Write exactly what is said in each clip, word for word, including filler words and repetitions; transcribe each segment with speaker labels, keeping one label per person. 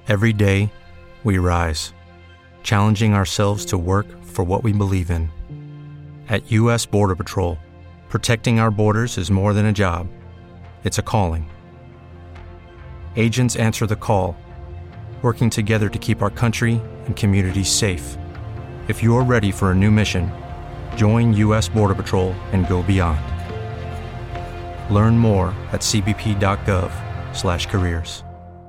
Speaker 1: Every day, we rise, challenging ourselves to work for what we believe in. At U S Border Patrol, protecting our borders is more than a job, it's a calling. Agents answer the call, working together to keep our country and communities safe. If you're ready for a new mission, join U S Border Patrol and go beyond. Learn more at c b p dot gov slash careers.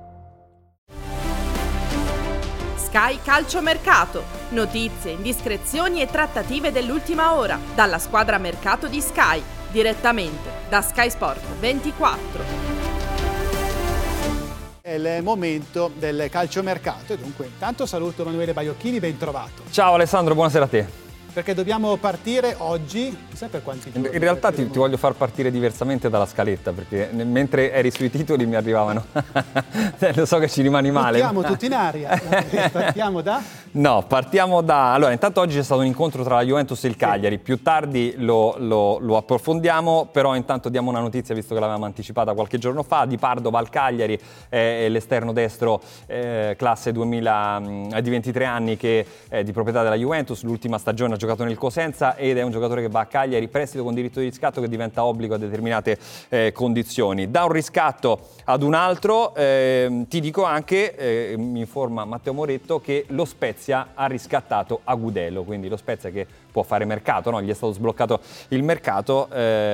Speaker 2: Sky Calciomercato. Notizie, indiscrezioni e trattative dell'ultima ora dalla squadra mercato di Sky, direttamente da Sky Sport ventiquattro.
Speaker 3: È il momento del calciomercato e dunque intanto saluto Emanuele Baiocchini, ben trovato.
Speaker 4: Ciao Alessandro, buonasera a te.
Speaker 3: Perché dobbiamo partire oggi, chissà per quanti giorni.
Speaker 4: In realtà ti, ti voglio far partire diversamente dalla scaletta, perché nel, mentre eri sui titoli mi arrivavano. Lo so che ci rimani male.
Speaker 3: Partiamo tutti in aria. Partiamo da?
Speaker 4: No, partiamo da... Allora, intanto oggi c'è stato un incontro tra la Juventus e il Cagliari. Sì. Più tardi lo, lo, lo approfondiamo, però intanto diamo una notizia, visto che l'avevamo anticipata qualche giorno fa. Di Pardo va al Cagliari, è l'esterno destro eh, classe duemila, di ventitré anni, che è di proprietà della Juventus. L'ultima stagione ha giocato nel Cosenza ed è un giocatore che va a Cagliari, prestito con diritto di riscatto che diventa obbligo a determinate eh, condizioni. Da un riscatto ad un altro, eh, ti dico anche, eh, mi informa Matteo Moretto, che lo Spezia ha riscattato Agudelo, quindi lo Spezia che può fare mercato, no? Gli è stato sbloccato il mercato,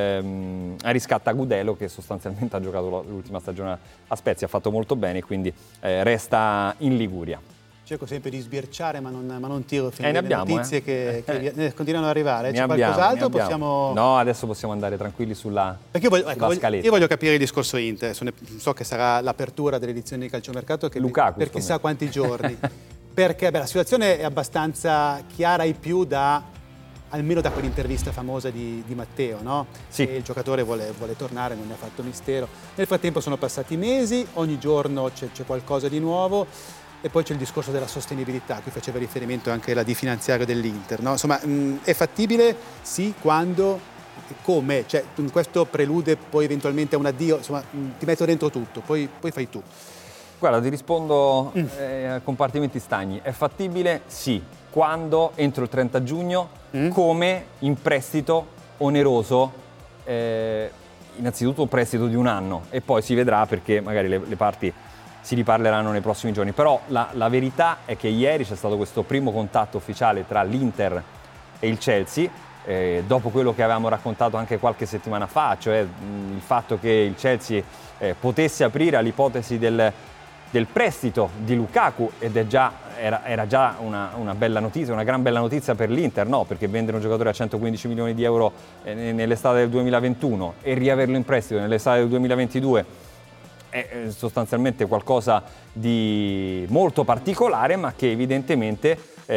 Speaker 4: ehm, riscatta Agudelo che sostanzialmente ha giocato l'ultima stagione a Spezia, ha fatto molto bene, quindi eh, resta in Liguria.
Speaker 3: Cerco sempre di sbirciare, ma non, ma non tiro fino
Speaker 4: alle
Speaker 3: eh, notizie
Speaker 4: eh.
Speaker 3: che, che eh, continuano ad arrivare. C'è
Speaker 4: abbiamo,
Speaker 3: qualcos'altro? Possiamo...
Speaker 4: No, adesso possiamo andare tranquilli sulla,
Speaker 3: Perché io voglio,
Speaker 4: sulla
Speaker 3: ecco, voglio,
Speaker 4: scaletta.
Speaker 3: Io voglio capire il discorso Inter. So che sarà l'apertura dell'edizione di calciomercato che
Speaker 4: Lukaku,
Speaker 3: per chissà quanti giorni. Perché beh, la situazione è abbastanza chiara ai più da... almeno da quell'intervista famosa di, di Matteo, no?
Speaker 4: Sì.
Speaker 3: E il giocatore vuole, vuole tornare, non ne ha fatto mistero. Nel frattempo sono passati mesi, ogni giorno c'è, c'è qualcosa di nuovo. E poi c'è il discorso della sostenibilità, a cui faceva riferimento anche la di finanziario dell'Inter, no? Insomma, mh, è fattibile? Sì, quando e come? Cioè, questo prelude poi eventualmente a un addio, insomma, mh, ti metto dentro tutto, poi, poi fai tu.
Speaker 4: Guarda, ti rispondo mm. eh, a compartimenti stagni. È fattibile? Sì. Quando? Entro il trenta giugno, mm. come in prestito oneroso, eh, innanzitutto un prestito di un anno e poi si vedrà, perché magari le, le parti si riparleranno nei prossimi giorni, però la, la verità è che ieri c'è stato questo primo contatto ufficiale tra l'Inter e il Chelsea, eh, dopo quello che avevamo raccontato anche qualche settimana fa, cioè mh, il fatto che il Chelsea eh, potesse aprire all'ipotesi del, del prestito di Lukaku, ed è già, era, era già una, una bella notizia, una gran bella notizia per l'Inter, no? Perché vendere un giocatore a centoquindici milioni di euro eh, nell'estate del duemilaventuno e riaverlo in prestito nell'estate del duemilaventidue è sostanzialmente qualcosa di molto particolare, ma che evidentemente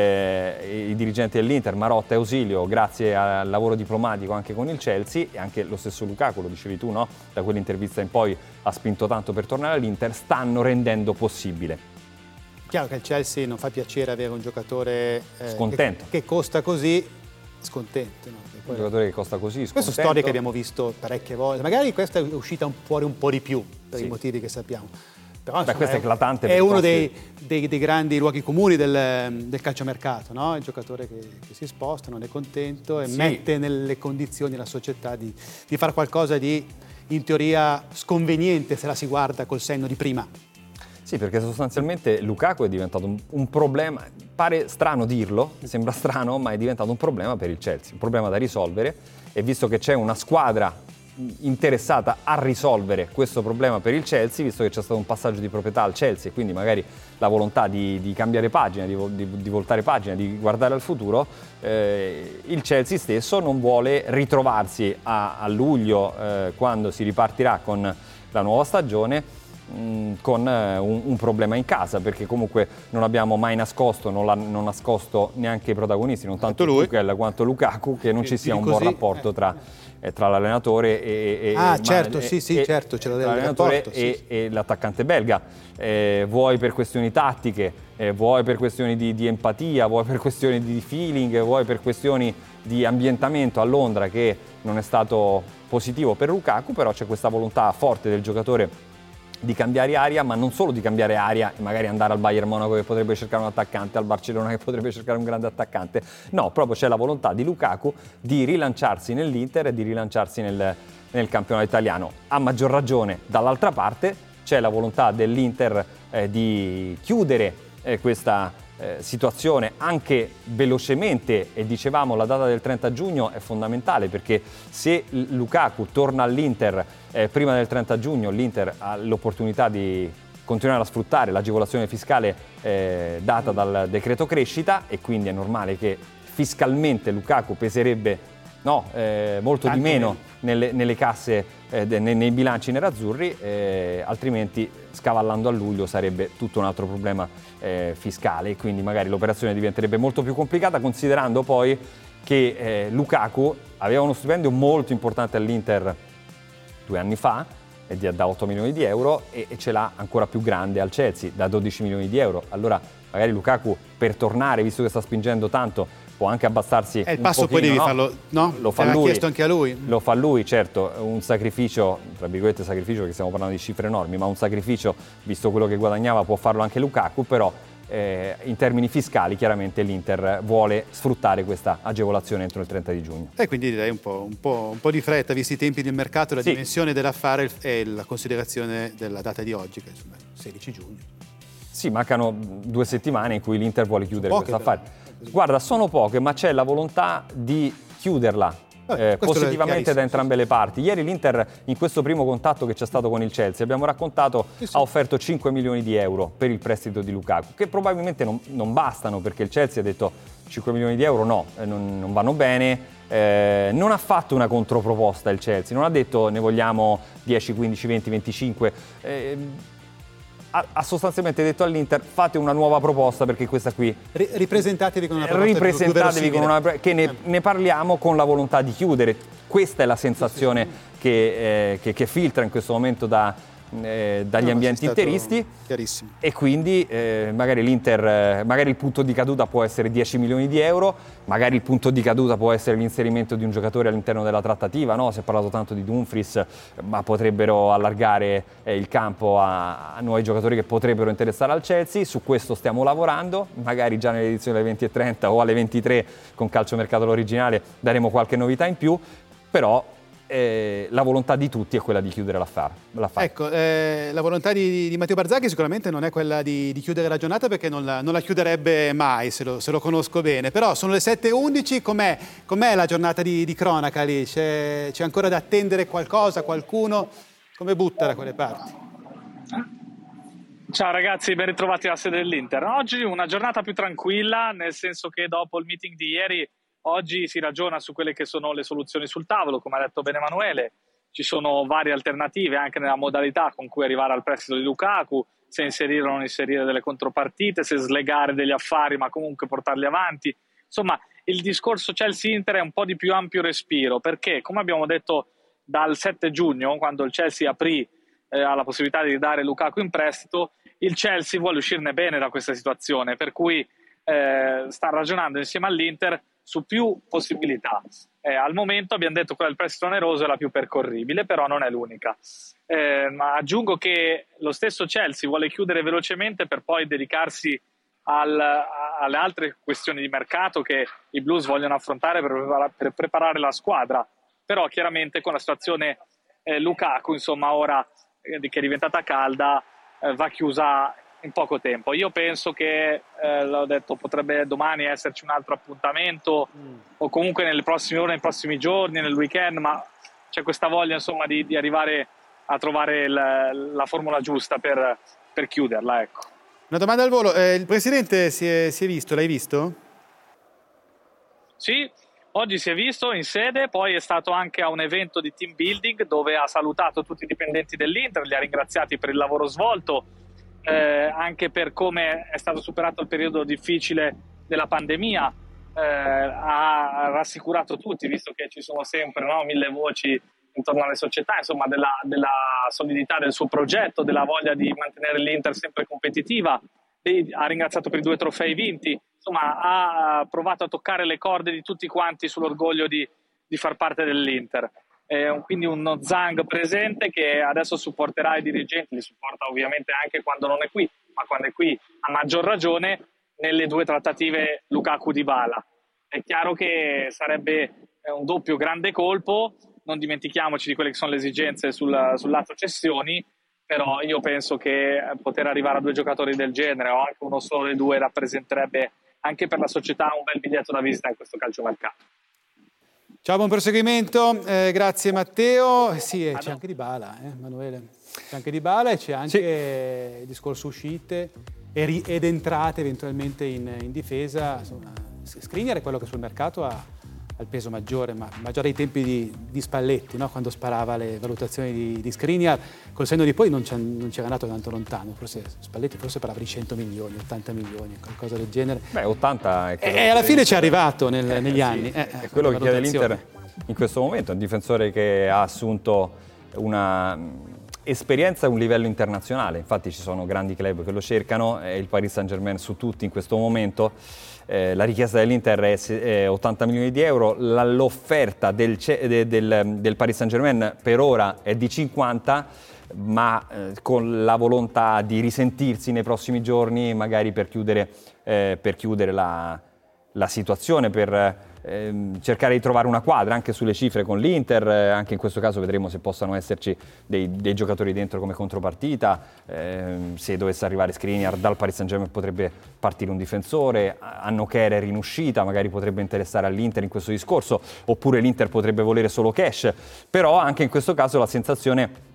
Speaker 4: eh, i dirigenti dell'Inter, Marotta e Ausilio, grazie al lavoro diplomatico anche con il Chelsea, e anche lo stesso Lukaku, lo dicevi tu, no? Da quell'intervista in poi ha spinto tanto per tornare all'Inter, stanno rendendo possibile.
Speaker 3: Chiaro che al Chelsea non fa piacere avere un giocatore eh,
Speaker 4: scontento
Speaker 3: che, che costa così, scontento, no?
Speaker 4: Un giocatore che costa così, scontento.
Speaker 3: Questa storia che abbiamo visto parecchie volte, magari questa è uscita fuori un po' di più per sì. i motivi che sappiamo. Però insomma,
Speaker 4: Beh, questo è eclatante.
Speaker 3: È uno dei, dei, dei grandi luoghi comuni del, del calciomercato, no? Il giocatore che, che si sposta, non è contento e sì. mette nelle condizioni la società di, di fare qualcosa di in teoria sconveniente se la si guarda col senno di prima.
Speaker 4: Sì, perché sostanzialmente Lukaku è diventato un, un problema, pare strano dirlo, sembra strano, ma è diventato un problema per il Chelsea, un problema da risolvere, e visto che c'è una squadra interessata a risolvere questo problema per il Chelsea, visto che c'è stato un passaggio di proprietà al Chelsea e quindi magari la volontà di, di cambiare pagina, di, di, di voltare pagina, di guardare al futuro, eh, il Chelsea stesso non vuole ritrovarsi a, a luglio, eh, quando si ripartirà con la nuova stagione, con un, un problema in casa, perché comunque non abbiamo mai nascosto, non l'ha non nascosto neanche i protagonisti, non tanto Tuchel quanto Lukaku, che non ci sia un buon rapporto tra, eh, tra l'allenatore e, e
Speaker 3: ah
Speaker 4: e,
Speaker 3: certo,
Speaker 4: e,
Speaker 3: sì sì
Speaker 4: e,
Speaker 3: certo, c'è
Speaker 4: l'allenatore
Speaker 3: rapporto,
Speaker 4: e,
Speaker 3: sì.
Speaker 4: e l'attaccante belga, eh, vuoi per questioni tattiche, eh, vuoi per questioni di, di empatia, vuoi per questioni di feeling, vuoi per questioni di ambientamento a Londra, che non è stato positivo per Lukaku, però c'è questa volontà forte del giocatore di cambiare aria, ma non solo di cambiare aria e magari andare al Bayern Monaco che potrebbe cercare un attaccante, al Barcellona che potrebbe cercare un grande attaccante. No, proprio c'è la volontà di Lukaku di rilanciarsi nell'Inter e di rilanciarsi nel, nel campionato italiano. A maggior ragione, dall'altra parte, c'è la volontà dell'Inter eh, di chiudere eh, questa eh, situazione anche velocemente, e dicevamo la data del trenta giugno è fondamentale, perché se Lukaku torna all'Inter eh, prima del trenta giugno, l'Inter ha l'opportunità di continuare a sfruttare l'agevolazione fiscale eh, data dal decreto crescita, e quindi è normale che fiscalmente Lukaku peserebbe no, eh, molto Tanto di meno nelle, nelle casse, eh, de, nei, nei bilanci nerazzurri, eh, altrimenti scavallando a luglio sarebbe tutto un altro problema eh, fiscale, quindi magari l'operazione diventerebbe molto più complicata, considerando poi che eh, Lukaku aveva uno stipendio molto importante all'Inter due anni fa, e di, da otto milioni di euro, e, e ce l'ha ancora più grande al Chelsea, da dodici milioni di euro. Allora magari Lukaku, per tornare, visto che sta spingendo tanto, può anche abbassarsi
Speaker 3: è il
Speaker 4: un
Speaker 3: passo,
Speaker 4: pochino,
Speaker 3: poi devi
Speaker 4: no?
Speaker 3: farlo, no?
Speaker 4: Lo fa
Speaker 3: L'ha
Speaker 4: lui,
Speaker 3: chiesto anche a lui.
Speaker 4: Lo fa lui, certo, un sacrificio, tra virgolette sacrificio, che stiamo parlando di cifre enormi, ma un sacrificio, visto quello che guadagnava, può farlo anche Lukaku, però eh, in termini fiscali chiaramente l'Inter vuole sfruttare questa agevolazione entro il trenta di giugno.
Speaker 3: E quindi direi un po', un po', un po' di fretta, visti i tempi del mercato, la
Speaker 4: sì.
Speaker 3: dimensione dell'affare e la considerazione della data di oggi, che insomma è sedici giugno.
Speaker 4: Sì, mancano due settimane in cui l'Inter vuole chiudere questo affare.
Speaker 3: Però.
Speaker 4: Guarda, sono poche, ma c'è la volontà di chiuderla eh, positivamente da entrambe le parti. Ieri l'Inter, in questo primo contatto che c'è stato con il Chelsea, abbiamo raccontato, sì, sì. ha offerto cinque milioni di euro per il prestito di Lukaku, che probabilmente non, non bastano, perché il Chelsea ha detto cinque milioni di euro no, eh, non, non vanno bene. Eh, non ha fatto una controproposta il Chelsea, non ha detto ne vogliamo dieci, quindici, venti, venticinque. Eh, ha sostanzialmente detto all'Inter: fate una nuova proposta, perché questa qui
Speaker 3: R- ripresentatevi con una proposta
Speaker 4: ripresentatevi
Speaker 3: più, più
Speaker 4: con una che ne, ne parliamo con la volontà di chiudere. Questa è la sensazione che, eh, che, che filtra in questo momento da, eh, dagli no, ambienti interisti, e quindi eh, magari l'Inter eh, magari il punto di caduta può essere dieci milioni di euro, magari il punto di caduta può essere l'inserimento di un giocatore all'interno della trattativa, no? Si è parlato tanto di Dumfries, ma potrebbero allargare eh, il campo a, a nuovi giocatori che potrebbero interessare al Chelsea. Su questo stiamo lavorando, magari già nell'edizione alle venti e trenta o alle ventitré con Calciomercato l'originale daremo qualche novità in più, però Eh, la volontà di tutti è quella di chiudere l'affare. l'affare.
Speaker 3: Ecco, eh, la volontà di, di Matteo Barzagli sicuramente non è quella di, di chiudere la giornata, perché non la, non la chiuderebbe mai, se lo, se lo conosco bene. Però sono le sette e undici, com'è, com'è la giornata di, di cronaca lì? C'è, c'è ancora da attendere qualcosa, qualcuno? Come butta da quelle parti?
Speaker 5: Ciao ragazzi, ben ritrovati alla sede dell'Inter. Oggi una giornata più tranquilla, nel senso che dopo il meeting di ieri oggi si ragiona su quelle che sono le soluzioni sul tavolo, come ha detto bene Emanuele. Ci sono varie alternative anche nella modalità con cui arrivare al prestito di Lukaku, se inserire o non inserire delle contropartite, se slegare degli affari ma comunque portarli avanti. Insomma, il discorso Chelsea-Inter è un po' di più ampio respiro, perché come abbiamo detto dal sette giugno, quando il Chelsea aprì eh, alla possibilità di dare Lukaku in prestito, il Chelsea vuole uscirne bene da questa situazione, per cui eh, sta ragionando insieme all'Inter su più possibilità. Eh, al momento abbiamo detto che quella del prestito oneroso è la più percorribile, però non è l'unica. Eh, ma aggiungo che lo stesso Chelsea vuole chiudere velocemente per poi dedicarsi al, alle altre questioni di mercato che i Blues vogliono affrontare per preparare, per preparare la squadra. Però chiaramente con la situazione eh, Lukaku, insomma, ora eh, che è diventata calda, eh, va chiusa in poco tempo. Io penso che, eh, l'ho detto, potrebbe domani esserci un altro appuntamento mm. o comunque nelle prossime ore, nei prossimi giorni, nel weekend, ma c'è questa voglia, insomma, di, di arrivare a trovare il, la formula giusta per, per chiuderla, ecco.
Speaker 3: Una domanda al volo, eh, il Presidente si è, si è visto, l'hai visto?
Speaker 5: Sì, oggi si è visto in sede, poi è stato anche a un evento di team building dove ha salutato tutti i dipendenti dell'Inter, li ha ringraziati per il lavoro svolto, Eh, anche per come è stato superato il periodo difficile della pandemia, eh, ha rassicurato tutti, visto che ci sono sempre, no, mille voci intorno alle società, insomma, della, della solidità del suo progetto, della voglia di mantenere l'Inter sempre competitiva. E ha ringraziato per i due trofei vinti, insomma ha provato a toccare le corde di tutti quanti sull'orgoglio di, di far parte dell'Inter. eh, quindi uno Zhang presente che adesso supporterà i dirigenti, li supporta ovviamente anche quando non è qui, ma quando è qui a maggior ragione nelle due trattative Lukaku-Dybala. È chiaro che sarebbe un doppio grande colpo, non dimentichiamoci di quelle che sono le esigenze sul, sul lato cessioni, però io penso che poter arrivare a due giocatori del genere o anche uno solo dei due rappresenterebbe anche per la società un bel biglietto da visita in questo calciomercato.
Speaker 3: Ciao, buon proseguimento, eh, grazie Matteo. Sì, c'è anche Dybala, eh, Emanuele. C'è anche Dybala e c'è anche sì. il discorso uscite ed entrate eventualmente in, in difesa. Insomma, Skriniar è quello che sul mercato ha il peso maggiore, ma maggiore ai tempi di, di Spalletti, no? Quando sparava le valutazioni di, di Skriniar, col senno di poi non, non c'era andato tanto lontano, forse Spalletti forse parlava di cento milioni, ottanta milioni, qualcosa del genere.
Speaker 4: Beh, ottanta è
Speaker 3: e alla fine ci è arrivato nel,
Speaker 4: eh,
Speaker 3: negli
Speaker 4: sì,
Speaker 3: anni. Eh,
Speaker 4: è quello che chiede l'Inter in questo momento, è un difensore che ha assunto una esperienza a un livello internazionale, infatti ci sono grandi club che lo cercano, e il Paris Saint-Germain su tutti in questo momento. Eh, la richiesta dell'Inter è, è ottanta milioni di euro, la, l'offerta del, del, del Paris Saint-Germain per ora è di cinquanta, ma eh, con la volontà di risentirsi nei prossimi giorni, magari per chiudere, eh, per chiudere la, la situazione, per ehm, cercare di trovare una quadra anche sulle cifre con l'Inter. Eh, anche in questo caso vedremo se possano esserci dei, dei giocatori dentro come contropartita. Eh, se dovesse arrivare Skriniar dal Paris Saint-Germain potrebbe partire un difensore, hanno Kehrer in uscita, magari potrebbe interessare all'Inter in questo discorso, oppure l'Inter potrebbe volere solo cash. Però anche in questo caso la sensazione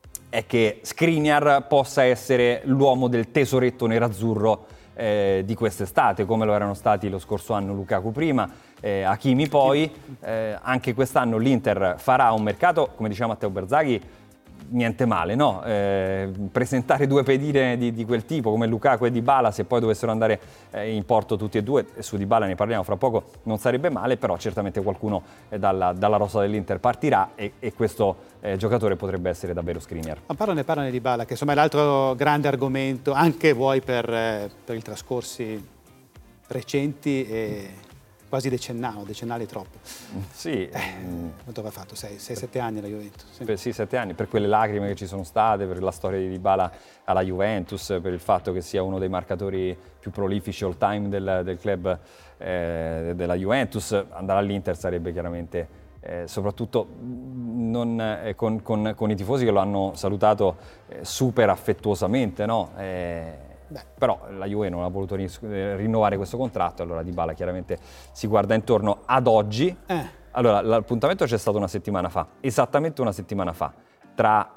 Speaker 4: è che Skriniar possa essere l'uomo del tesoretto nerazzurro eh, di quest'estate, come lo erano stati lo scorso anno Lukaku prima, eh, Hakimi poi. Eh, anche quest'anno l'Inter farà un mercato, come diceva Matteo Berzaghi, niente male, no? Eh, presentare due pedine di, di quel tipo come Lukaku e Dybala, se poi dovessero andare eh, in porto tutti e due, e su Dybala ne parliamo fra poco, non sarebbe male, però certamente qualcuno eh, dalla, dalla rosa dell'Inter partirà e, e questo eh, giocatore potrebbe essere davvero Skriniar. Ma
Speaker 3: parlane, parlane di Dybala, che insomma è l'altro grande argomento, anche vuoi per, eh, per i trascorsi recenti e quasi decennale, decennale troppo.
Speaker 4: Sì.
Speaker 3: Eh, quanto aveva fatto? sei sette anni la Juventus? Sì.
Speaker 4: Per, sì, sette anni, per quelle lacrime che ci sono state, per la storia di Dybala alla Juventus, per il fatto che sia uno dei marcatori più prolifici all time del, del club eh, della Juventus. Andare all'Inter sarebbe chiaramente, eh, soprattutto non, eh, con, con, con i tifosi che lo hanno salutato eh, super affettuosamente, no? Eh, Beh. Però la Juve non ha voluto rinnovare questo contratto, allora Dybala chiaramente si guarda intorno ad oggi. Eh. Allora, l'appuntamento c'è stato una settimana fa, esattamente una settimana fa, tra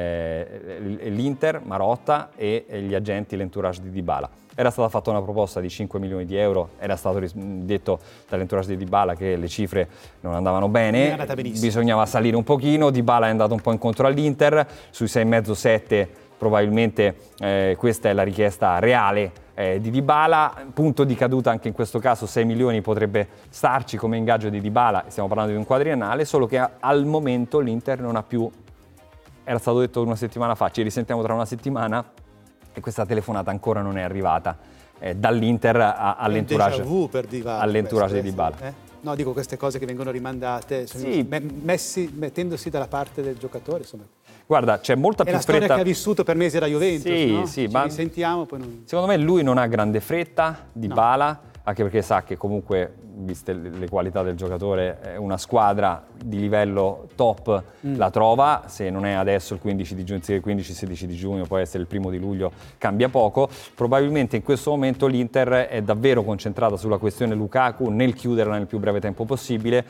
Speaker 4: eh, l'Inter, Marotta e gli agenti, l'entourage di Dybala. Era stata fatta una proposta di cinque milioni di euro, era stato detto dall'entourage di Dybala che le cifre non andavano bene, bisognava salire un pochino, Dybala è andato un po' incontro all'Inter, sui sei virgola cinque sette probabilmente eh, questa è la richiesta reale eh, di Dybala, punto di caduta anche in questo caso sei milioni potrebbe starci come ingaggio di Dybala, stiamo parlando di un quadriennale, solo che a, al momento l'Inter non ha più, era stato detto una settimana fa, ci risentiamo tra una settimana e questa telefonata ancora non è arrivata eh, dall'Inter a, all'entourage,
Speaker 3: per Dybala,
Speaker 4: all'entourage
Speaker 3: questo,
Speaker 4: di Dybala.
Speaker 3: Eh? No, dico queste cose che vengono rimandate,
Speaker 4: sì.
Speaker 3: messi, mettendosi dalla parte del giocatore, insomma.
Speaker 4: Guarda, c'è molta più
Speaker 3: fretta. È la storia che ha vissuto per mesi la Juventus,
Speaker 4: sì,
Speaker 3: no?
Speaker 4: Sì,
Speaker 3: Ci
Speaker 4: ma
Speaker 3: risentiamo, poi non...
Speaker 4: Secondo me lui non ha grande fretta, Dybala, no. Anche perché sa che comunque, viste le qualità del giocatore, una squadra di livello top mm. la trova, se non è adesso il quindici di giugno, il quindici sedici di giugno, può essere il primo di luglio, cambia poco. Probabilmente in questo momento l'Inter è davvero concentrata sulla questione Lukaku, nel chiuderla nel più breve tempo possibile,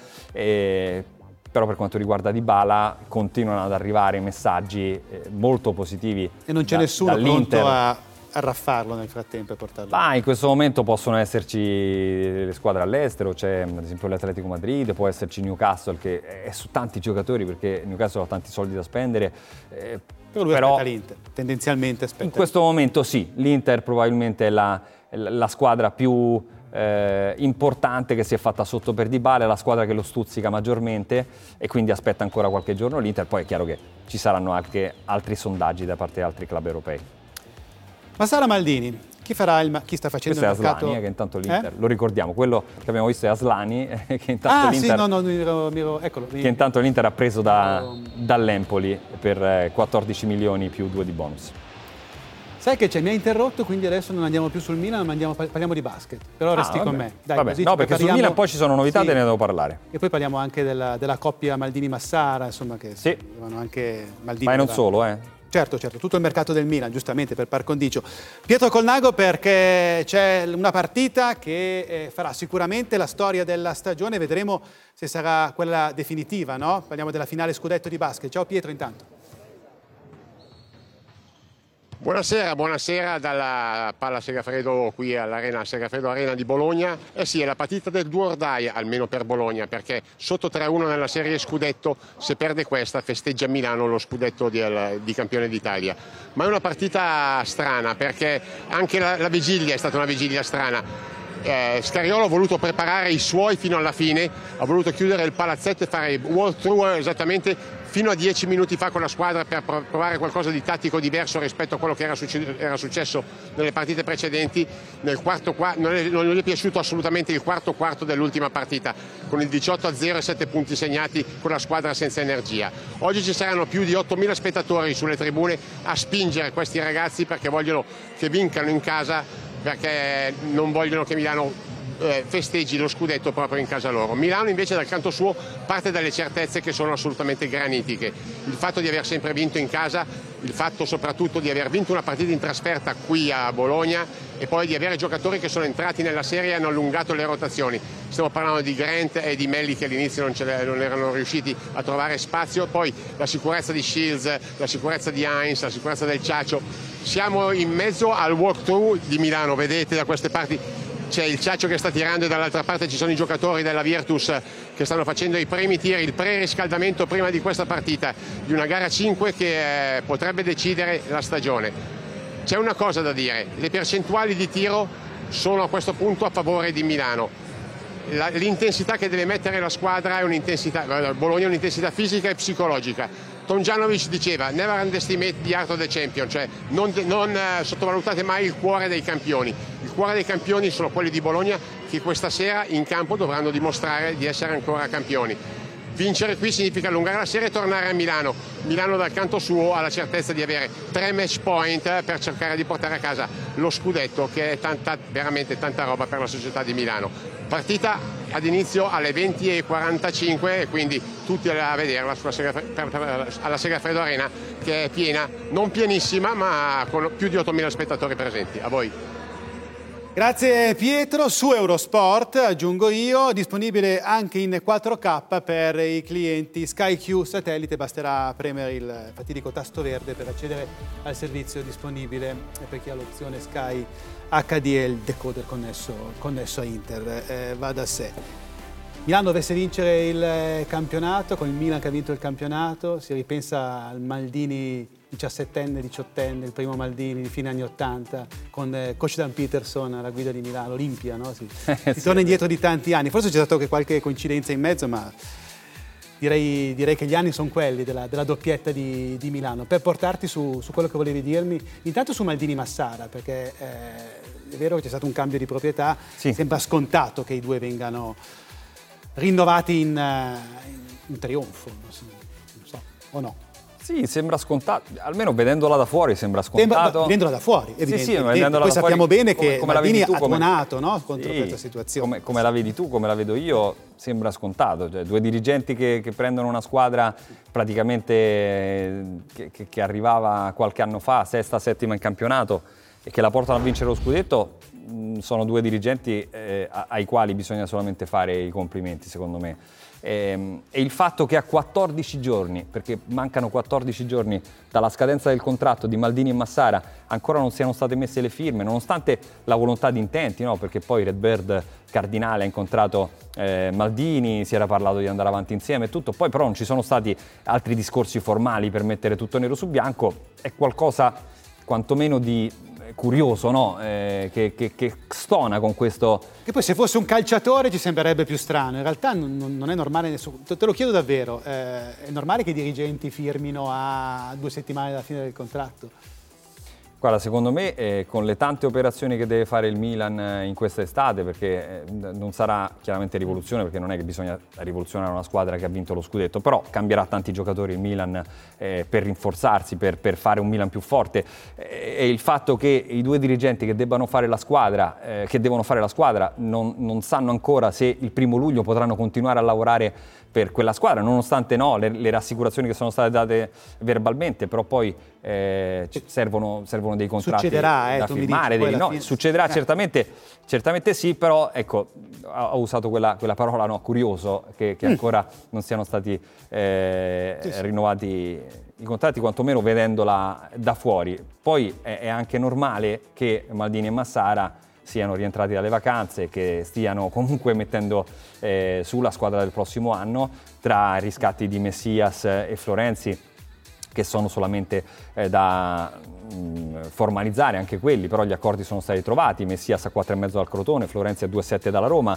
Speaker 4: e però per quanto riguarda Dybala continuano ad arrivare messaggi eh, molto positivi
Speaker 3: e non c'è da, nessuno
Speaker 4: dall'Inter.
Speaker 3: Pronto a arraffarlo nel frattempo e portarlo.
Speaker 4: Ma in questo momento possono esserci le squadre all'estero, c'è ad esempio l'Atletico Madrid, può esserci Newcastle che è su tanti giocatori perché Newcastle ha tanti soldi da spendere. Eh,
Speaker 3: però lui
Speaker 4: però
Speaker 3: aspetta l'Inter, tendenzialmente aspetta.
Speaker 4: In questo momento sì, l'Inter probabilmente è la, la squadra più eh, importante che si è fatta sotto per Dybala, è la squadra che lo stuzzica maggiormente e quindi aspetta ancora qualche giorno l'Inter. Poi è chiaro che ci saranno anche altri sondaggi da parte di altri club europei.
Speaker 3: Ma Sara Maldini, Chi farà il chi sta facendo
Speaker 4: Questo
Speaker 3: il
Speaker 4: è
Speaker 3: mercato?
Speaker 4: Aslani, eh, che intanto l'Inter,
Speaker 3: Eh?
Speaker 4: lo ricordiamo, quello che abbiamo visto è Aslani, eh, che intanto
Speaker 3: Ah
Speaker 4: l'Inter
Speaker 3: sì, no, no, mi ero, mi ero, eccolo.
Speaker 4: che intanto l'Inter ha preso da, dall'Empoli per eh, quattordici milioni più due di bonus.
Speaker 3: Sai che c'è, mi ha interrotto, quindi adesso non andiamo più sul Milan, ma andiamo, parliamo di basket. Però resti
Speaker 4: ah,
Speaker 3: con me. Dai,
Speaker 4: vabbè.
Speaker 3: Così
Speaker 4: No,
Speaker 3: ci
Speaker 4: perché sul
Speaker 3: prepariamo.
Speaker 4: Milan poi ci sono novità,
Speaker 3: Sì.
Speaker 4: te ne devo parlare.
Speaker 3: E poi parliamo anche della, della coppia Maldini-Massara, insomma, che
Speaker 4: Sì.
Speaker 3: avevano anche Maldini.
Speaker 4: Ma non
Speaker 3: da-
Speaker 4: solo, eh.
Speaker 3: Certo, certo, tutto il mercato del Milan, giustamente, per par condicio. Pietro Colnago, perché c'è una partita che eh, farà sicuramente la storia della stagione, vedremo se sarà quella definitiva, no? Parliamo della finale scudetto di basket. Ciao Pietro, intanto.
Speaker 6: Buonasera, buonasera dalla Palla Segafredo qui all'Arena Segafredo Arena di Bologna. Eh sì, è la partita del do or die, almeno per Bologna, perché sotto tre a uno nella serie scudetto, se perde questa festeggia a Milano lo scudetto di, di campione d'Italia. Ma è una partita strana, perché anche la, la vigilia è stata una vigilia strana. Eh, Scariolo ha voluto preparare i suoi fino alla fine, ha voluto chiudere il palazzetto e fare il walkthrough esattamente fino a dieci minuti fa con la squadra per provare qualcosa di tattico diverso rispetto a quello che era, succe- era successo nelle partite precedenti. Nel quarto qua- non, è, non gli è piaciuto assolutamente il quarto quarto dell'ultima partita, con il diciotto a zero e sette punti segnati, con la squadra senza energia. Oggi ci saranno più di ottomila spettatori sulle tribune a spingere questi ragazzi perché vogliono che vincano in casa, perché non vogliono che Milano eh, festeggi lo scudetto proprio in casa loro. Milano invece dal canto suo parte dalle certezze che sono assolutamente granitiche. Il fatto di aver sempre vinto in casa, il fatto soprattutto di aver vinto una partita in trasferta qui a Bologna e poi di avere giocatori che sono entrati nella serie e hanno allungato le rotazioni. Stiamo parlando di Grant e di Melli che all'inizio non, ce le, non erano riusciti a trovare spazio, poi la sicurezza di Shields, la sicurezza di Heinz, la sicurezza del Ciaccio. Siamo in mezzo al walkthrough di Milano, vedete da queste parti c'è il Ciaccio che sta tirando e dall'altra parte ci sono i giocatori della Virtus che stanno facendo i primi tiri, il pre-riscaldamento prima di questa partita, di una gara cinque che eh, potrebbe decidere la stagione. C'è una cosa da dire, le percentuali di tiro sono a questo punto a favore di Milano. La, l'intensità che deve mettere la squadra è un'intensità, Bologna è un'intensità fisica e psicologica. Tomjanovic diceva never underestimate the art of the champion, cioè non, non eh, sottovalutate mai il cuore dei campioni. Il cuore dei campioni sono quelli di Bologna che questa sera in campo dovranno dimostrare di essere ancora campioni. Vincere qui significa allungare la serie e tornare a Milano. Milano dal canto suo ha la certezza di avere tre match point per cercare di portare a casa lo scudetto, che è tanta, veramente tanta roba per la società di Milano. Partita ad inizio alle venti e quarantacinque e quindi tutti a vederla sulla Segafredo, alla Segafredo Arena, che è piena, non pienissima ma con più di ottomila spettatori presenti. A voi.
Speaker 3: Grazie Pietro, su Eurosport, aggiungo io, disponibile anche in quattro K per i clienti SkyQ satellite, basterà premere il fatidico tasto verde per accedere al servizio disponibile per chi ha l'opzione Sky acca di e il decoder connesso, connesso a Inter, eh, va da sé. Milano dovesse vincere il campionato, con il Milan che ha vinto il campionato, si ripensa al Maldini diciassettenne, diciottenne, il primo Maldini di fine anni ottanta, con eh, coach Dan Peterson alla guida di Milano, Olimpia, no? Si, si
Speaker 4: sì,
Speaker 3: torna indietro di tanti anni. Forse c'è stata anche qualche coincidenza in mezzo, ma direi, direi che gli anni sono quelli della, della doppietta di, di Milano. Per portarti su, su quello che volevi dirmi, intanto su Maldini-Massara, perché eh, è vero che c'è stato un cambio di proprietà,
Speaker 4: sì.
Speaker 3: Sembra scontato che i due vengano rinnovati in, in, in trionfo, non so, non so, o no?
Speaker 4: Sì, sembra scontato, almeno vedendola da fuori sembra scontato.
Speaker 3: Sembra, vedendola da fuori, evidentemente.
Speaker 4: Sì, sì, vedendola
Speaker 3: Poi
Speaker 4: da
Speaker 3: sappiamo
Speaker 4: fuori,
Speaker 3: bene
Speaker 4: come,
Speaker 3: che
Speaker 4: come
Speaker 3: Maldini
Speaker 4: tu,
Speaker 3: ha
Speaker 4: come...
Speaker 3: tuonato, no, contro
Speaker 4: sì,
Speaker 3: questa situazione.
Speaker 4: Come, come la vedi tu, come la vedo io, sembra scontato. Cioè, due dirigenti che, che prendono una squadra praticamente che, che, che arrivava qualche anno fa, sesta, settima in campionato, e che la portano a vincere lo scudetto, mh, sono due dirigenti eh, ai quali bisogna solamente fare i complimenti, secondo me. E, e il fatto che a quattordici giorni, perché mancano quattordici giorni dalla scadenza del contratto di Maldini e Massara, ancora non siano state messe le firme, nonostante la volontà di intenti, no? Perché poi Redbird Cardinale ha incontrato eh, Maldini, si era parlato di andare avanti insieme e tutto, poi però non ci sono stati altri discorsi formali per mettere tutto nero su bianco. È qualcosa quantomeno di curioso, no? Eh, che, che, che stona con questo.
Speaker 3: Che poi se fosse un calciatore ci sembrerebbe più strano, in realtà non, non è normale, nessun... te lo chiedo davvero, eh, è normale che i dirigenti firmino a due settimane dalla fine del contratto?
Speaker 4: Guarda, secondo me eh, con le tante operazioni che deve fare il Milan eh, in questa estate, perché eh, non sarà chiaramente rivoluzione, perché non è che bisogna rivoluzionare una squadra che ha vinto lo scudetto, però cambierà tanti giocatori il Milan eh, per rinforzarsi, per, per fare un Milan più forte, eh, e il fatto che i due dirigenti che debbano fare la squadra, eh, che devono fare la squadra non, non sanno ancora se il primo luglio potranno continuare a lavorare per quella squadra, nonostante no, le, le rassicurazioni che sono state date verbalmente, però poi eh, servono, servono dei contratti
Speaker 3: Succederà, eh,
Speaker 4: da
Speaker 3: tu mi
Speaker 4: firmare.
Speaker 3: dici,
Speaker 4: Dei, no,
Speaker 3: fine...
Speaker 4: succederà
Speaker 3: eh.
Speaker 4: certamente, certamente sì, però ecco, ho usato quella, quella parola no, curioso, che, che mm. ancora non siano stati eh, sì, sì. rinnovati i contratti, quantomeno vedendola da fuori. Poi è, è anche normale che Maldini e Massara siano rientrati dalle vacanze, che stiano comunque mettendo eh, su la squadra del prossimo anno, tra riscatti di Messias e Florenzi, che sono solamente eh, da mh, formalizzare anche quelli, però gli accordi sono stati trovati. Messias a quattro e mezzo dal Crotone, Florenzi a due virgola sette dalla Roma,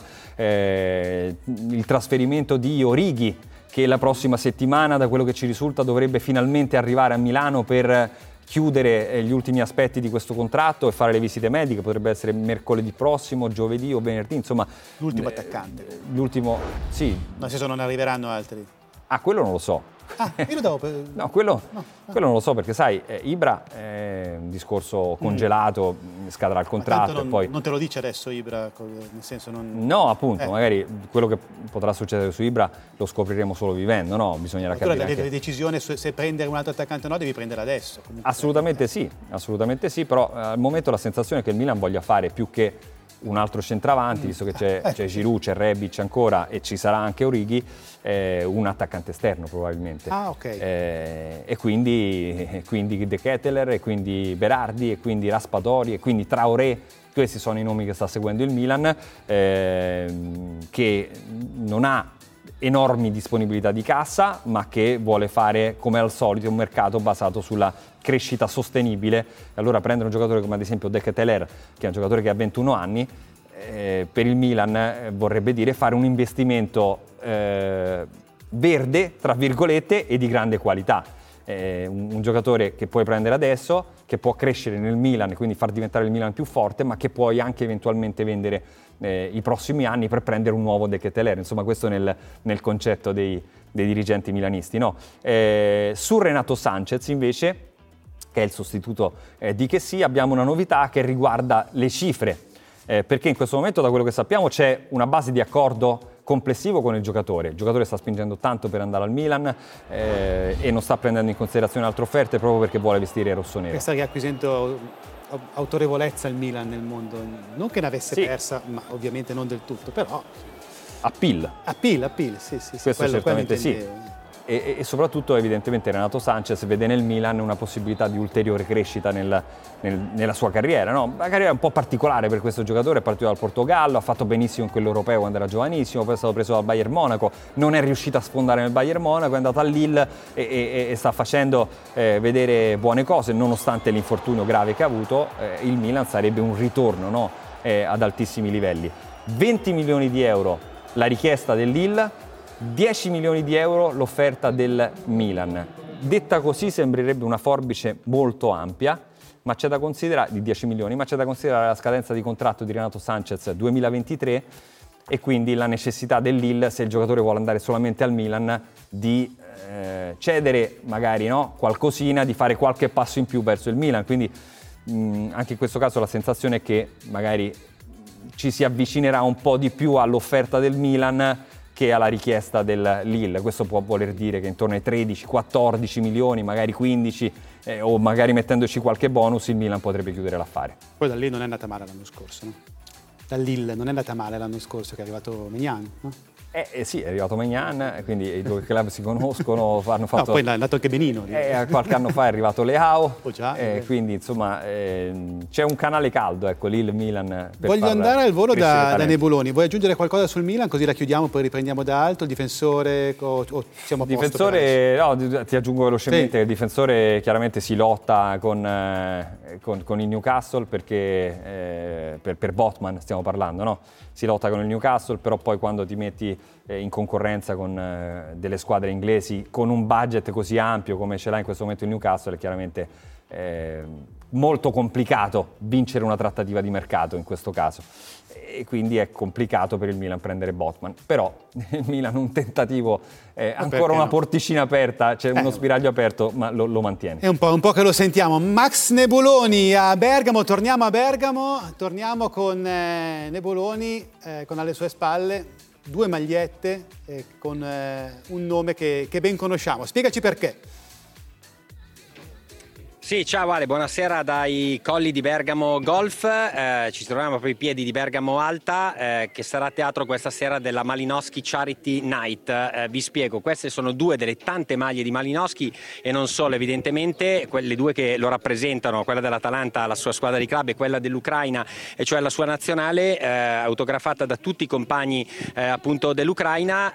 Speaker 4: eh, il trasferimento di Orighi, che la prossima settimana, da quello che ci risulta, dovrebbe finalmente arrivare a Milano per chiudere gli ultimi aspetti di questo contratto e fare le visite mediche. Potrebbe essere mercoledì prossimo, giovedì o venerdì, insomma.
Speaker 3: L'ultimo eh, attaccante.
Speaker 4: L'ultimo, sì.
Speaker 3: Nel senso, non arriveranno altri?
Speaker 4: Ah, quello non lo so.
Speaker 3: Ah, io lo davo per...
Speaker 4: No, quello,
Speaker 3: no, no.
Speaker 4: quello non lo so, perché sai, eh, Ibra è un discorso congelato, mm. scadrà il contratto
Speaker 3: non,
Speaker 4: e poi...
Speaker 3: Non te lo dice adesso Ibra, nel senso non...
Speaker 4: No, appunto,
Speaker 3: eh.
Speaker 4: magari quello che potrà succedere su Ibra lo scopriremo solo vivendo, no? Bisognerà capire
Speaker 3: la,
Speaker 4: anche...
Speaker 3: la decisione su, se prendere un altro attaccante o no devi prenderla adesso. Comunque.
Speaker 4: Assolutamente sì, assolutamente sì, però eh, al momento la sensazione è che il Milan voglia fare più che un altro centravanti, visto che c'è, c'è Giroud, c'è Rebic ancora e ci sarà anche Orighi, eh, un attaccante esterno probabilmente.
Speaker 3: Ah, ok.
Speaker 4: Eh, e quindi, quindi De Ketelaere, e quindi Berardi, e quindi Raspadori, e quindi Traoré. Questi sono i nomi che sta seguendo il Milan, eh, che non ha enormi disponibilità di cassa, ma che vuole fare, come al solito, un mercato basato sulla crescita sostenibile. Allora prendere un giocatore come ad esempio De Ketelaere, che è un giocatore che ha ventuno anni, eh, per il Milan eh, vorrebbe dire fare un investimento eh, verde, tra virgolette, e di grande qualità. Eh, un, un giocatore che puoi prendere adesso, che può crescere nel Milan e quindi far diventare il Milan più forte, ma che puoi anche eventualmente vendere eh, i prossimi anni per prendere un nuovo De Ketelaere. Insomma, questo nel, nel concetto dei, dei dirigenti milanisti. No? Eh, su Renato Sanchez invece, che è il sostituto eh, di Kessie, abbiamo una novità che riguarda le cifre, eh, perché in questo momento, da quello che sappiamo, c'è una base di accordo complessivo con il giocatore. Il giocatore sta spingendo tanto per andare al Milan eh, e non sta prendendo in considerazione altre offerte proprio perché vuole vestire rossonero.
Speaker 3: Sta riacquisendo autorevolezza il Milan nel mondo, non che ne avesse sì. persa, ma ovviamente non del tutto, però...
Speaker 4: Appeal.
Speaker 3: Appeal, appeal, sì, sì.
Speaker 4: Questo
Speaker 3: quello,
Speaker 4: certamente sì. E, e soprattutto evidentemente Renato Sanchez vede nel Milan una possibilità di ulteriore crescita nel, nel, nella sua carriera, no? Una carriera un po' particolare per questo giocatore, è partito dal Portogallo, ha fatto benissimo in quello europeo quando era giovanissimo, poi è stato preso dal Bayern Monaco, non è riuscito a sfondare nel Bayern Monaco, è andato a Lille e, e, e sta facendo eh, vedere buone cose, nonostante l'infortunio grave che ha avuto. Eh, il Milan sarebbe un ritorno, no? eh, ad altissimi livelli. venti milioni di euro la richiesta del Lille, dieci milioni di euro l'offerta del Milan. Detta così sembrerebbe una forbice molto ampia, ma c'è da considerare, di dieci milioni, ma c'è da considerare la scadenza di contratto di Renato Sanchez duemilaventitré e quindi la necessità del Lille, se il giocatore vuole andare solamente al Milan, di eh, cedere magari no, qualcosina, di fare qualche passo in più verso il Milan. Quindi mh, anche in questo caso la sensazione è che magari ci si avvicinerà un po' di più all'offerta del Milan che alla richiesta del Lille. Questo può voler dire che intorno ai tredici quattordici milioni, magari quindici, eh, o magari mettendoci qualche bonus, il Milan potrebbe chiudere l'affare.
Speaker 3: Poi da lì non è andata male l'anno scorso, no? Da Lille non è andata male l'anno scorso, che è arrivato Maignan, no?
Speaker 4: Eh, eh sì, è arrivato Maignan, quindi i due club si conoscono, hanno fatto...
Speaker 3: No, poi è andato anche benino.
Speaker 4: Eh, qualche anno fa è arrivato Leao,
Speaker 3: oh, già,
Speaker 4: eh,
Speaker 3: eh.
Speaker 4: quindi insomma eh, c'è un canale caldo, ecco, Lille-Milan.
Speaker 3: Voglio andare al volo da, da Nebuloni, vuoi aggiungere qualcosa sul Milan, così la chiudiamo, poi riprendiamo da alto, il difensore, o, o siamo a posto?
Speaker 4: Difensore, no, ti aggiungo velocemente, sì. Il difensore chiaramente si lotta con, eh, con, con il Newcastle, perché eh, per, per Botman stiamo parlando, no? Si lotta con il Newcastle, però poi quando ti metti eh, in concorrenza con eh, delle squadre inglesi, con un budget così ampio come ce l'ha in questo momento il Newcastle, è chiaramente eh, molto complicato vincere una trattativa di mercato in questo caso, e quindi è complicato per il Milan prendere Botman. Però il Milan un tentativo, eh, ancora una no? porticina aperta, c'è eh, uno spiraglio aperto, ma lo, lo mantiene.
Speaker 3: È un po', un po' che lo sentiamo. Max Nebuloni a Bergamo, torniamo a Bergamo, torniamo con eh, Nebuloni eh, con alle sue spalle due magliette eh, con eh, un nome che, che ben conosciamo. Spiegaci perché.
Speaker 7: Sì, ciao Ale, buonasera dai colli di Bergamo Golf. Eh, ci troviamo proprio ai piedi di Bergamo Alta, eh, che sarà teatro questa sera della Malinowski Charity Night. Eh, vi spiego, queste sono due delle tante maglie di Malinowski, e non solo, evidentemente, quelle due che lo rappresentano, quella dell'Atalanta, la sua squadra di club, e quella dell'Ucraina, e cioè la sua nazionale, eh, autografata da tutti i compagni eh, appunto dell'Ucraina,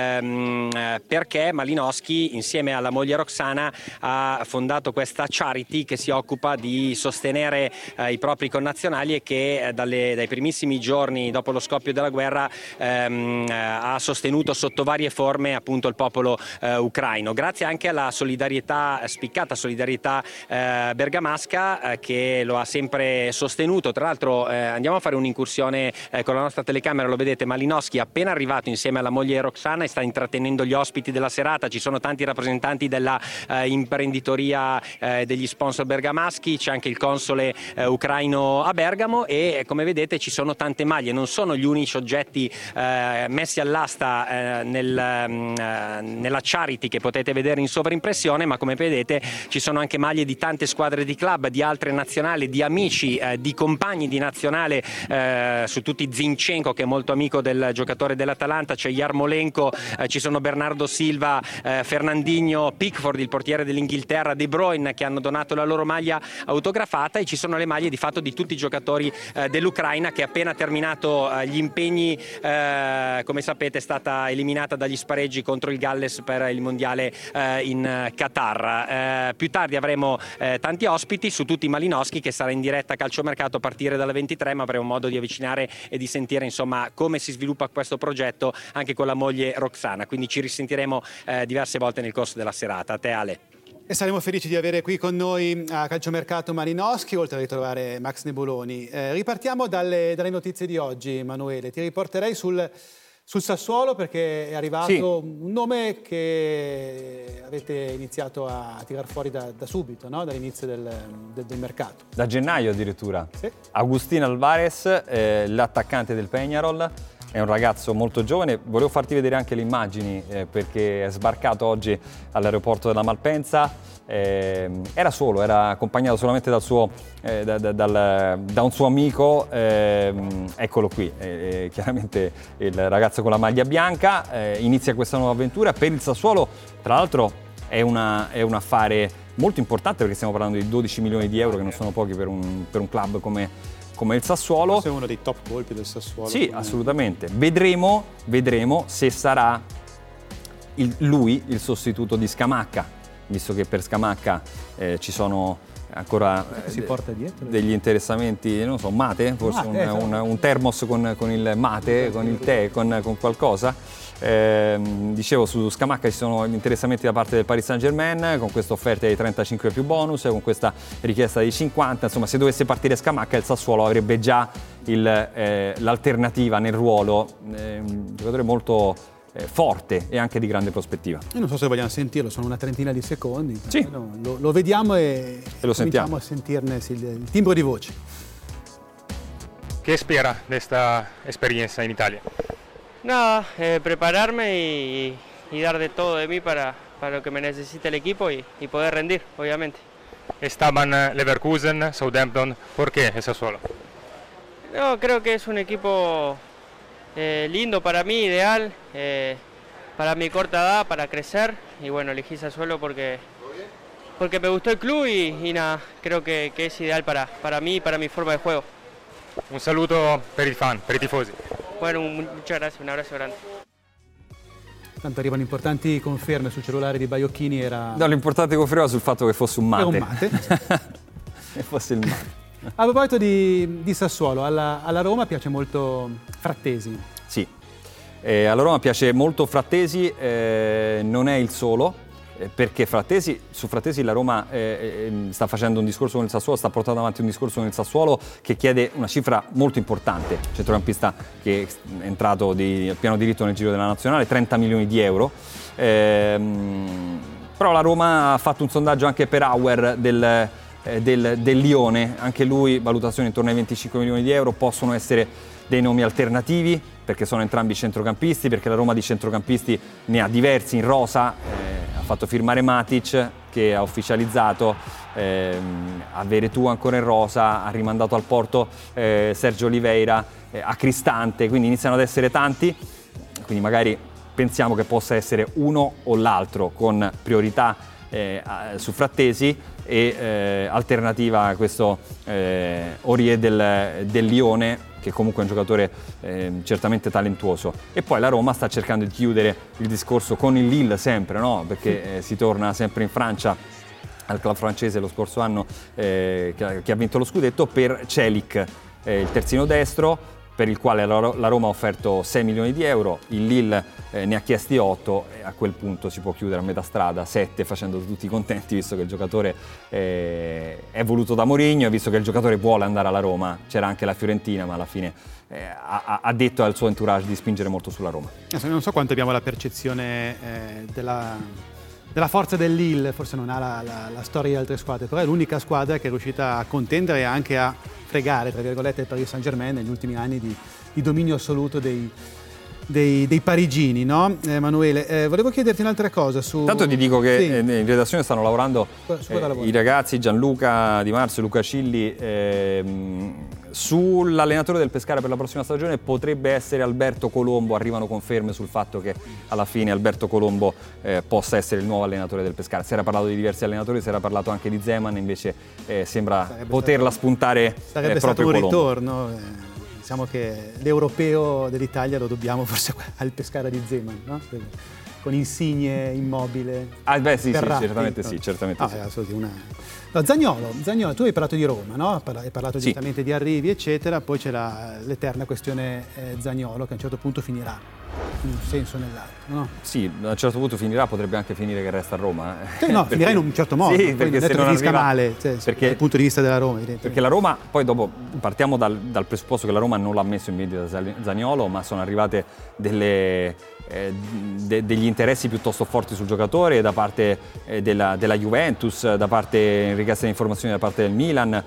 Speaker 7: ehm, perché Malinowski, insieme alla moglie Roxana, ha fondato questa charity che si occupa di sostenere eh, i propri connazionali, e che eh, dalle, dai primissimi giorni dopo lo scoppio della guerra ehm, eh, ha sostenuto sotto varie forme appunto il popolo eh, ucraino, grazie anche alla solidarietà, spiccata solidarietà eh, bergamasca, eh, che lo ha sempre sostenuto. Tra l'altro eh, andiamo a fare un'incursione eh, con la nostra telecamera, lo vedete, Malinowski è appena arrivato insieme alla moglie Roxana e sta intrattenendo gli ospiti della serata. Ci sono tanti rappresentanti della eh, imprenditoria eh, degli sponsor bergamaschi, c'è anche il console eh, ucraino a Bergamo, e come vedete ci sono tante maglie. Non sono gli unici oggetti eh, messi all'asta eh, nel, eh, nella charity che potete vedere in sovraimpressione, ma come vedete ci sono anche maglie di tante squadre di club, di altre nazionali, di amici, eh, di compagni di nazionale, eh, su tutti Zinchenko, che è molto amico del giocatore dell'Atalanta, c'è Yarmolenko, eh, ci sono Bernardo Silva, eh, Fernandinho, Pickford, il portiere dell'Inghilterra, De Bruyne, che hanno donato la loro maglia autografata, e ci sono le maglie di fatto di tutti i giocatori eh, dell'Ucraina, che appena terminato eh, gli impegni, eh, come sapete, è stata eliminata dagli spareggi contro il Galles per il mondiale eh, in Qatar. Eh, più tardi avremo eh, tanti ospiti, su tutti i Malinowski, che sarà in diretta a Calciomercato a partire dalle ventitré, ma avremo modo di avvicinare e di sentire insomma come si sviluppa questo progetto anche con la moglie Roxana, quindi ci risentiremo eh, diverse volte nel corso della serata. A te Ale.
Speaker 3: E saremo felici di avere qui con noi a Calciomercato Malinowski, oltre a ritrovare Max Nebuloni. Eh, ripartiamo dalle, dalle notizie di oggi, Emanuele. Ti riporterei sul, sul Sassuolo, perché è arrivato sì. un nome che avete iniziato a tirar fuori da, da subito, no? Dall'inizio del, del, del mercato.
Speaker 4: Da gennaio addirittura.
Speaker 3: Sì.
Speaker 4: Agustín Alvarez, eh, l'attaccante del Peñarol. È un ragazzo molto giovane. Volevo farti vedere anche le immagini eh, perché è sbarcato oggi all'aeroporto della Malpensa. Eh, era solo, era accompagnato solamente dal suo, eh, da, da, dal, da un suo amico. Eh, eccolo qui, eh, chiaramente il ragazzo con la maglia bianca. Eh, inizia questa nuova avventura per il Sassuolo. Tra l'altro è, una, è un affare molto importante, perché stiamo parlando di dodici milioni di euro, che non sono pochi per un, per un club come come il Sassuolo.
Speaker 3: Questo è uno dei top colpi del Sassuolo.
Speaker 4: Sì, assolutamente. Vedremo, vedremo se sarà il, lui il sostituto di Scamacca, visto che per Scamacca eh, ci sono ancora eh,
Speaker 3: si porta dietro
Speaker 4: degli interessamenti, non so, mate, forse mate, un, un, un termos con, con il mate, con il tè, con, con qualcosa. Eh, dicevo, su Scamacca ci sono gli interessamenti da parte del Paris Saint-Germain, con questa offerta di trentacinque più bonus, con questa richiesta di cinquanta. Insomma, se dovesse partire Scamacca, il Sassuolo avrebbe già il, eh, l'alternativa nel ruolo, eh, un giocatore molto eh, forte e anche di grande prospettiva.
Speaker 3: Io non so se vogliamo sentirlo, sono una trentina di secondi.
Speaker 4: Sì.
Speaker 3: Lo, lo vediamo e,
Speaker 4: e lo sentiamo
Speaker 3: a sentirne il, il timbro di voce.
Speaker 8: Che spera di questa esperienza in Italia?
Speaker 9: Nada, eh, prepararme y, y dar de todo de mí para, para lo que me necesite el equipo y, y poder rendir, obviamente.
Speaker 8: Estaban Leverkusen, Southampton, ¿por qué el Sassuolo?
Speaker 9: No, creo que es un equipo eh, lindo para mí, ideal, eh, para mi corta edad, para crecer, y bueno, elegí Sassuolo porque, porque me gustó el club y, y nada, creo que, que es ideal para, para mí y para mi forma de juego.
Speaker 8: Un saluto per i fan, per i tifosi.
Speaker 9: Bueno, muchas gracias, un abrazo grande.
Speaker 3: Tanto arrivano importanti conferme sul cellulare di Baiocchini. Era...
Speaker 4: No, l'importante conferma sul fatto che fosse un mate.
Speaker 3: Era un mate.
Speaker 4: Che fosse il mate.
Speaker 3: A proposito di, di Sassuolo, alla, alla Roma piace molto Frattesi.
Speaker 4: Sì. Eh, alla Roma piace molto Frattesi, eh, non è il solo, perché Frattesi, su Frattesi la Roma eh, sta facendo un discorso con il Sassuolo, sta portando avanti un discorso con il Sassuolo che chiede una cifra molto importante, centrocampista che è entrato di, a pieno diritto nel giro della nazionale, trenta milioni di euro, ehm, però la Roma ha fatto un sondaggio anche per Auer del, eh, del, del Lione, anche lui valutazione intorno ai venticinque milioni di euro, possono essere dei nomi alternativi perché sono entrambi centrocampisti, perché la Roma di centrocampisti ne ha diversi in rosa, eh, ha fatto firmare Matic che ha ufficializzato, ehm, avere tu ancora in rosa, ha rimandato al Porto eh, Sergio Oliveira, eh, a Cristante, quindi iniziano ad essere tanti, quindi magari pensiamo che possa essere uno o l'altro con priorità eh, su Frattesi e eh, alternativa a questo eh, Aurier del, del Lione, che comunque è un giocatore eh, certamente talentuoso. E poi la Roma sta cercando di chiudere il discorso con il Lille sempre, no? Perché eh, si torna sempre in Francia, al club francese lo scorso anno eh, che, ha, che ha vinto lo scudetto, per Celik, eh, il terzino destro, per il quale la Roma ha offerto sei milioni di euro, il Lille eh, ne ha chiesti otto e a quel punto si può chiudere a metà strada, sette, facendo tutti contenti, visto che il giocatore eh, è voluto da Mourinho e visto che il giocatore vuole andare alla Roma. C'era anche la Fiorentina, ma alla fine eh, ha, ha detto al suo entourage di spingere molto sulla Roma.
Speaker 3: Non so quanto abbiamo la percezione eh, della, della forza del Lille, forse non ha la, la, la storia di altre squadre, però è l'unica squadra che è riuscita a contendere e anche a fregare, tra virgolette, il Paris Saint-Germain negli ultimi anni di, di dominio assoluto dei, dei, dei parigini, no? Eh, Emanuele, eh, volevo chiederti un'altra cosa su...
Speaker 4: Tanto ti dico che
Speaker 3: sì.
Speaker 4: in redazione stanno lavorando eh, i ragazzi Gianluca Di Marzio e Luca Cilli ehm, sull'allenatore del Pescara per la prossima stagione. Potrebbe essere Alberto Colombo, arrivano conferme sul fatto che alla fine Alberto Colombo eh, possa essere il nuovo allenatore del Pescara. Si era parlato di diversi allenatori, si era parlato anche di Zeman, invece eh, sembra sarebbe poterla stato, spuntare
Speaker 3: sarebbe
Speaker 4: eh,
Speaker 3: stato
Speaker 4: proprio
Speaker 3: un
Speaker 4: Colombo.
Speaker 3: ritorno. Eh, diciamo che l'europeo dell'Italia lo dobbiamo forse al Pescara di Zeman, no? Con Insigne, Immobile.
Speaker 4: Ah, beh, sì,
Speaker 3: Verratti,
Speaker 4: sì, certamente sì, certamente
Speaker 3: ah,
Speaker 4: sì.
Speaker 3: Una... No, Zaniolo, Zaniolo, tu hai parlato di Roma, no? Hai parlato
Speaker 4: sì.
Speaker 3: direttamente di arrivi, eccetera, poi c'è la, l'eterna questione eh, Zaniolo, che a un certo punto finirà, in un senso o nell'altro, no?
Speaker 4: Sì, a un certo punto finirà, potrebbe anche finire che resta a Roma. Eh.
Speaker 3: Sì, no,
Speaker 4: perché...
Speaker 3: finirà in un certo modo,
Speaker 4: sì,
Speaker 3: poi
Speaker 4: perché
Speaker 3: non
Speaker 4: se
Speaker 3: non
Speaker 4: non
Speaker 3: finisca
Speaker 4: arriva...
Speaker 3: male, cioè,
Speaker 4: perché...
Speaker 3: dal punto di vista della Roma,
Speaker 4: perché la Roma, poi dopo partiamo dal, dal presupposto che la Roma non l'ha messo in vendita Zaniolo, ma sono arrivate delle... Eh, de- degli interessi piuttosto forti sul giocatore da parte eh, della, della Juventus, da parte richieste di informazioni da parte del Milan,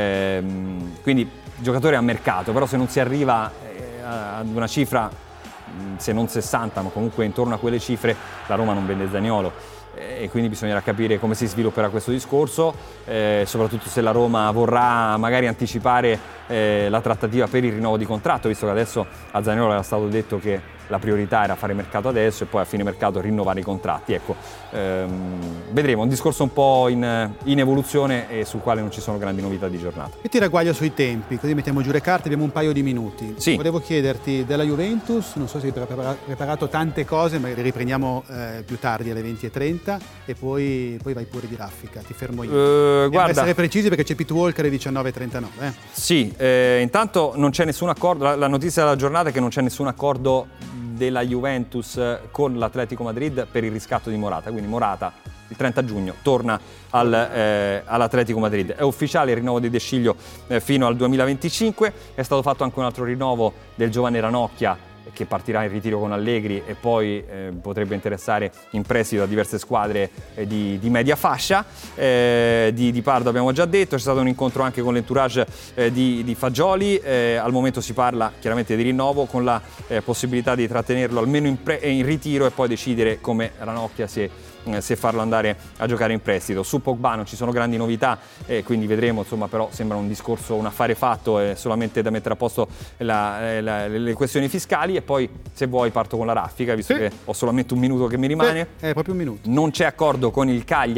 Speaker 4: ehm, quindi il giocatore a mercato, però se non si arriva eh, ad una cifra, se non sessanta, ma comunque intorno a quelle cifre, la Roma non vende Zaniolo. E quindi bisognerà capire come si svilupperà questo discorso, eh, soprattutto se la Roma vorrà magari anticipare eh, la trattativa per il rinnovo di contratto, visto che adesso a Zaniolo era stato detto che la priorità era fare mercato adesso e poi a fine mercato rinnovare i contratti. Ecco, ehm, vedremo, un discorso un po' in, in evoluzione e sul quale non ci sono grandi novità di giornata.
Speaker 3: E ti ragguaglio sui tempi, così mettiamo giù le carte, abbiamo un paio di minuti.
Speaker 4: Sì.
Speaker 3: Volevo chiederti della Juventus, non so se hai preparato tante cose, ma le riprendiamo eh, più tardi alle venti e trenta e poi, poi vai pure di raffica, ti fermo io.
Speaker 4: Uh, guarda,
Speaker 3: per essere precisi perché c'è Pete Walker alle diciannove e trentanove. Eh.
Speaker 4: Sì, eh, intanto non c'è nessun accordo, la, la notizia della giornata è che non c'è nessun accordo della Juventus con l'Atletico Madrid per il riscatto di Morata, quindi Morata il trenta giugno torna al, eh, all'Atletico Madrid. È ufficiale il rinnovo di De Sciglio eh, fino al duemilaventicinque, è stato fatto anche un altro rinnovo del giovane Ranocchia che partirà in ritiro con Allegri e poi eh, potrebbe interessare in prestito a diverse squadre eh, di, di media fascia. Eh, di, di Pardo abbiamo già detto, c'è stato un incontro anche con l'entourage eh, di, di Fagioli, eh, al momento si parla chiaramente di rinnovo con la eh, possibilità di trattenerlo almeno in, pre- in ritiro e poi decidere come Ranocchia se se farlo andare a giocare in prestito. Su Pogba non ci sono grandi novità, eh, quindi vedremo, insomma, però sembra un discorso, un affare fatto, eh, solamente da mettere a posto la, la, le questioni fiscali. E poi, se vuoi, parto con la raffica, visto sì. che ho solamente un minuto che mi rimane.
Speaker 3: Sì, è proprio un minuto.
Speaker 4: Non c'è accordo con il Cagliari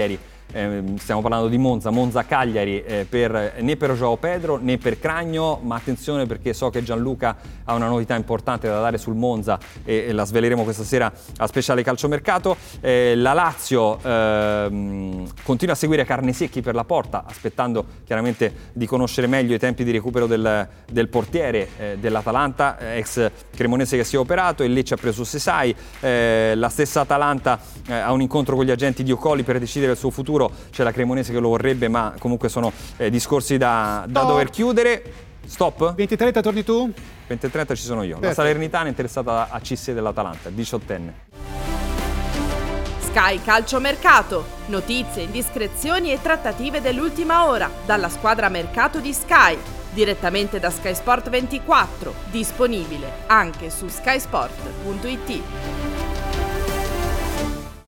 Speaker 4: eh, stiamo parlando di Monza, Monza-Cagliari, eh, per, né per João Pedro né per Cragno, ma attenzione perché so che Gianluca ha una novità importante da dare sul Monza e, e la sveleremo questa sera a Speciale Calciomercato. Eh, la Lazio ehm, continua a seguire Carnesecchi per la porta, aspettando chiaramente di conoscere meglio i tempi di recupero del, del portiere eh, dell'Atalanta, ex cremonese che si è operato. Il Lecce ha preso Sesai, eh, la stessa Atalanta eh, ha un incontro con gli agenti di Occoli per decidere il suo futuro. C'è la cremonese che lo vorrebbe, ma comunque sono eh, discorsi da, da dover chiudere. Stop?
Speaker 3: venti e trenta torni tu?
Speaker 4: venti e trenta ci sono io.
Speaker 3: Perfetto.
Speaker 4: La Salernitana è interessata a C sei dell'Atalanta, diciottenne.
Speaker 2: Sky Calciomercato. Notizie, indiscrezioni e trattative dell'ultima ora dalla squadra mercato di Sky, direttamente da Sky Sport ventiquattro, disponibile anche su sky sport punto it.